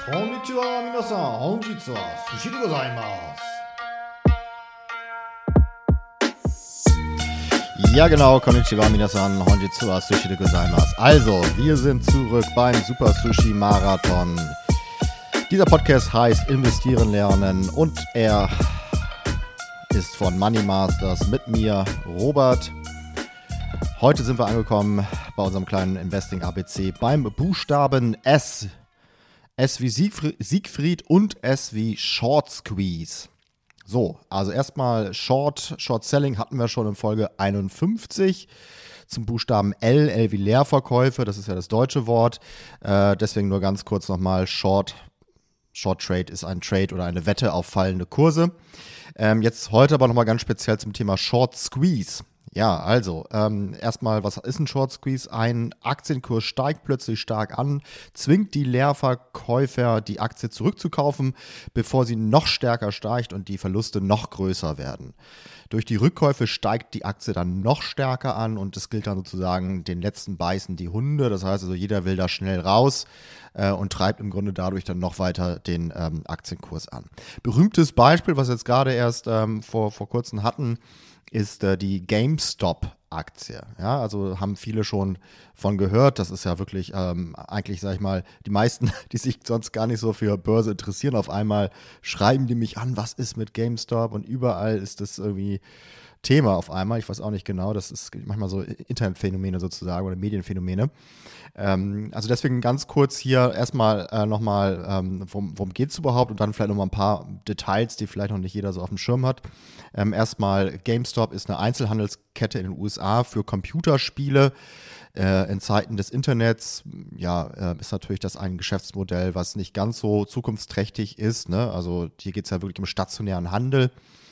Konnichiwa, minasan. Honjitsu wa sushi de gozaimasu. Ja genau, Konnichiwa, minasan. Honjitsu wa sushi de gozaimasu. Also, wir sind zurück beim Super Sushi Marathon. Dieser Podcast heißt Investieren lernen und er ist von Money Masters mit mir, Robert. Heute sind wir angekommen bei unserem kleinen Investing ABC beim Buchstaben S. S wie Siegfried und S wie Short Squeeze. So, also erstmal Short Selling hatten wir schon in Folge 51. Zum Buchstaben L, L wie Leerverkäufe, das ist ja das deutsche Wort. Deswegen nur ganz kurz nochmal, Short Trade ist ein Trade oder eine Wette auf fallende Kurse. Jetzt heute aber nochmal ganz speziell zum Thema Short Squeeze. Ja, also erstmal, was ist ein Short Squeeze? Ein Aktienkurs steigt plötzlich stark an, zwingt die Leerverkäufer, die Aktie zurückzukaufen, bevor sie noch stärker steigt und die Verluste noch größer werden. Durch die Rückkäufe steigt die Aktie dann noch stärker an und es gilt dann sozusagen, den letzten beißen die Hunde. Das heißt also, jeder will da schnell raus und treibt im Grunde dadurch dann noch weiter den Aktienkurs an. Berühmtes Beispiel, was wir jetzt gerade erst vor kurzem hatten, ist die GameStop-Aktie. Ja, also haben viele schon von gehört. Das ist ja wirklich eigentlich, sag ich mal, die meisten, die sich sonst gar nicht so für Börse interessieren, auf einmal schreiben die mich an, was ist mit GameStop? Und überall ist das irgendwie Thema auf einmal. Ich weiß auch nicht genau. Das ist manchmal so Internetphänomene sozusagen oder Medienphänomene. Also deswegen ganz kurz hier erstmal nochmal, worum geht es überhaupt und dann vielleicht nochmal ein paar Details, die vielleicht noch nicht jeder so auf dem Schirm hat. Erstmal, GameStop ist eine Einzelhandelskette in den USA für Computerspiele. In Zeiten des Internets, ja, ist natürlich das ein Geschäftsmodell, was nicht ganz so zukunftsträchtig ist, ne? Also hier geht es ja wirklich um stationären Handel.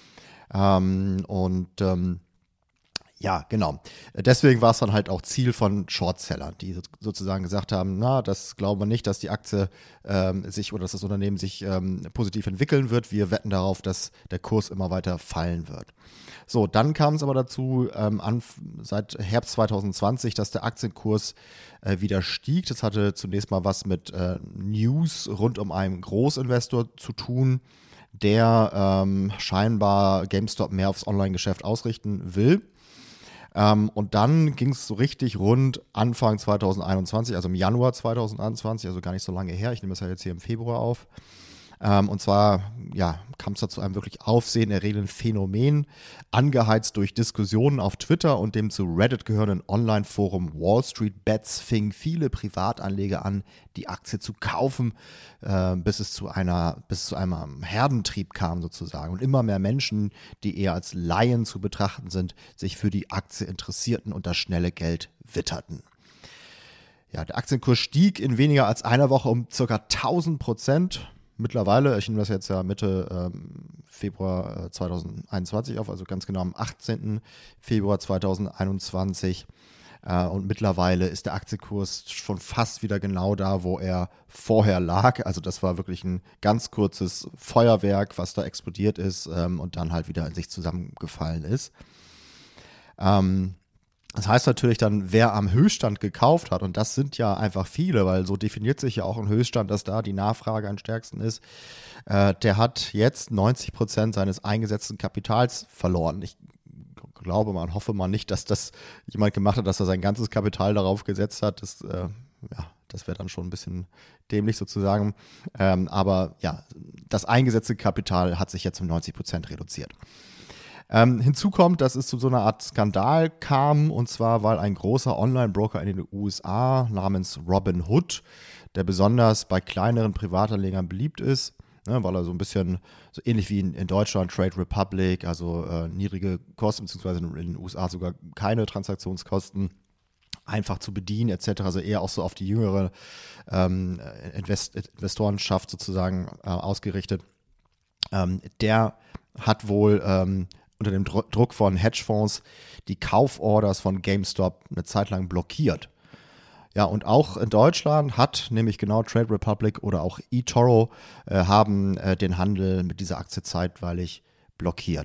Ja, genau. Deswegen war es dann halt auch Ziel von Shortsellern, die sozusagen gesagt haben, na, das glauben wir nicht, dass die Aktie sich oder dass das Unternehmen sich positiv entwickeln wird. Wir wetten darauf, dass der Kurs immer weiter fallen wird. So, dann kam es aber dazu, seit Herbst 2020, dass der Aktienkurs wieder stieg. Das hatte zunächst mal was mit News rund um einen Großinvestor zu tun, der scheinbar GameStop mehr aufs Online-Geschäft ausrichten will. Und dann ging es so richtig rund Anfang 2021, also im Januar 2021, also gar nicht so lange her. Ich nehme das ja jetzt hier im Februar auf. Und zwar ja, kam es da zu einem wirklich aufsehenerregenden Phänomen, angeheizt durch Diskussionen auf Twitter und dem zu Reddit gehörenden Online-Forum Wall Street Bets fingen viele Privatanleger an, die Aktie zu kaufen, bis es zu einem Herdentrieb kam sozusagen. Und immer mehr Menschen, die eher als Laien zu betrachten sind, sich für die Aktie interessierten und das schnelle Geld witterten. Ja, der Aktienkurs stieg in weniger als einer Woche um ca. 1000%. Mittlerweile, ich nehme das jetzt ja Mitte Februar 2021 auf, also ganz genau am 18. Februar 2021. Und mittlerweile ist der Aktienkurs schon fast wieder genau da, wo er vorher lag. Also das war wirklich ein ganz kurzes Feuerwerk, was da explodiert ist und dann halt wieder in sich zusammengefallen ist. Das heißt natürlich dann, wer am Höchststand gekauft hat, und das sind ja einfach viele, weil so definiert sich ja auch ein Höchststand, dass da die Nachfrage am stärksten ist, der hat jetzt 90% seines eingesetzten Kapitals verloren. Ich glaube mal und hoffe mal nicht, dass das jemand gemacht hat, dass er sein ganzes Kapital darauf gesetzt hat. Das wäre dann schon ein bisschen dämlich sozusagen. Aber ja, das eingesetzte Kapital hat sich jetzt um 90% reduziert. Hinzu kommt, dass es zu so einer Art Skandal kam, und zwar, weil ein großer Online-Broker in den USA namens Robinhood, der besonders bei kleineren Privatanlegern beliebt ist, ne, weil er so ein bisschen, so ähnlich wie in Deutschland, Trade Republic, also niedrige Kosten, beziehungsweise in den USA sogar keine Transaktionskosten, einfach zu bedienen etc., also eher auch so auf die jüngere Investorenschaft sozusagen ausgerichtet. Der hat wohl unter dem Druck von Hedgefonds die Kauforders von GameStop eine Zeit lang blockiert. Ja, und auch in Deutschland hat nämlich genau Trade Republic oder auch eToro haben den Handel mit dieser Aktie zeitweilig blockiert.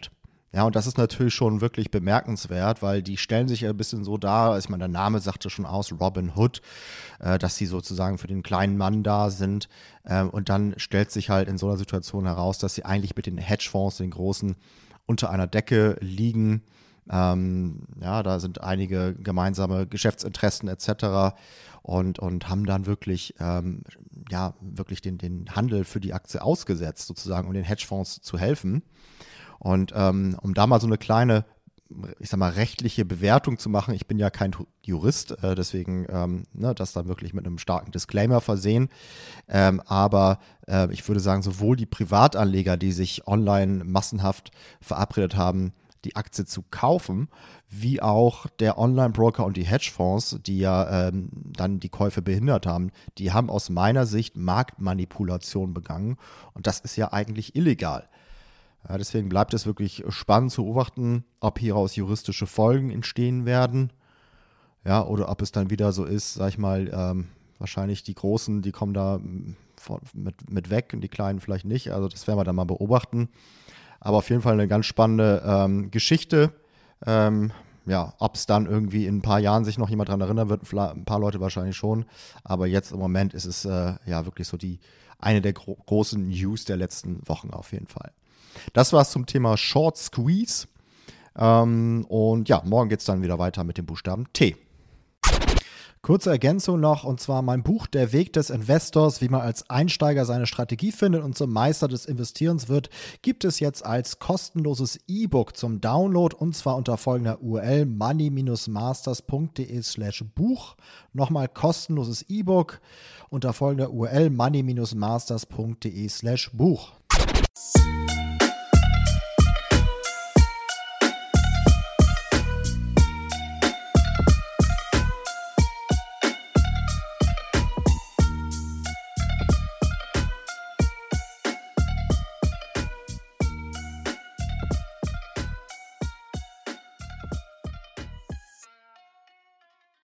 Ja, und das ist natürlich schon wirklich bemerkenswert, weil die stellen sich ja ein bisschen so dar, ich meine, der Name sagte schon aus, Robin Hood, dass sie sozusagen für den kleinen Mann da sind. Und dann stellt sich halt in so einer Situation heraus, dass sie eigentlich mit den Hedgefonds, den großen, unter einer Decke liegen. Ja, da sind einige gemeinsame Geschäftsinteressen etc. Und haben dann wirklich, wirklich den Handel für die Aktie ausgesetzt, sozusagen, um den Hedgefonds zu helfen. Und um da mal so eine kleine, ich sag mal, rechtliche Bewertung zu machen, ich bin ja kein Jurist, deswegen das dann wirklich mit einem starken Disclaimer versehen. Aber ich würde sagen, sowohl die Privatanleger, die sich online massenhaft verabredet haben, die Aktie zu kaufen, wie auch der Online-Broker und die Hedgefonds, die ja dann die Käufe behindert haben, die haben aus meiner Sicht Marktmanipulation begangen. Und das ist ja eigentlich illegal. Ja, deswegen bleibt es wirklich spannend zu beobachten, ob hieraus juristische Folgen entstehen werden. Ja, oder ob es dann wieder so ist, sag ich mal, wahrscheinlich die Großen, die kommen da mit weg und die Kleinen vielleicht nicht. Also das werden wir dann mal beobachten. Aber auf jeden Fall eine ganz spannende Geschichte. Ob es dann irgendwie in ein paar Jahren sich noch jemand dran erinnern wird, ein paar Leute wahrscheinlich schon. Aber jetzt im Moment ist es wirklich so eine der großen News der letzten Wochen auf jeden Fall. Das war's zum Thema Short Squeeze. Und ja, morgen geht's dann wieder weiter mit dem Buchstaben T. Kurze Ergänzung noch, und zwar mein Buch Der Weg des Investors, wie man als Einsteiger seine Strategie findet und zum Meister des Investierens wird, gibt es jetzt als kostenloses E-Book zum Download, und zwar unter folgender URL money-masters.de/Buch. Nochmal kostenloses E-Book unter folgender URL money-masters.de/Buch.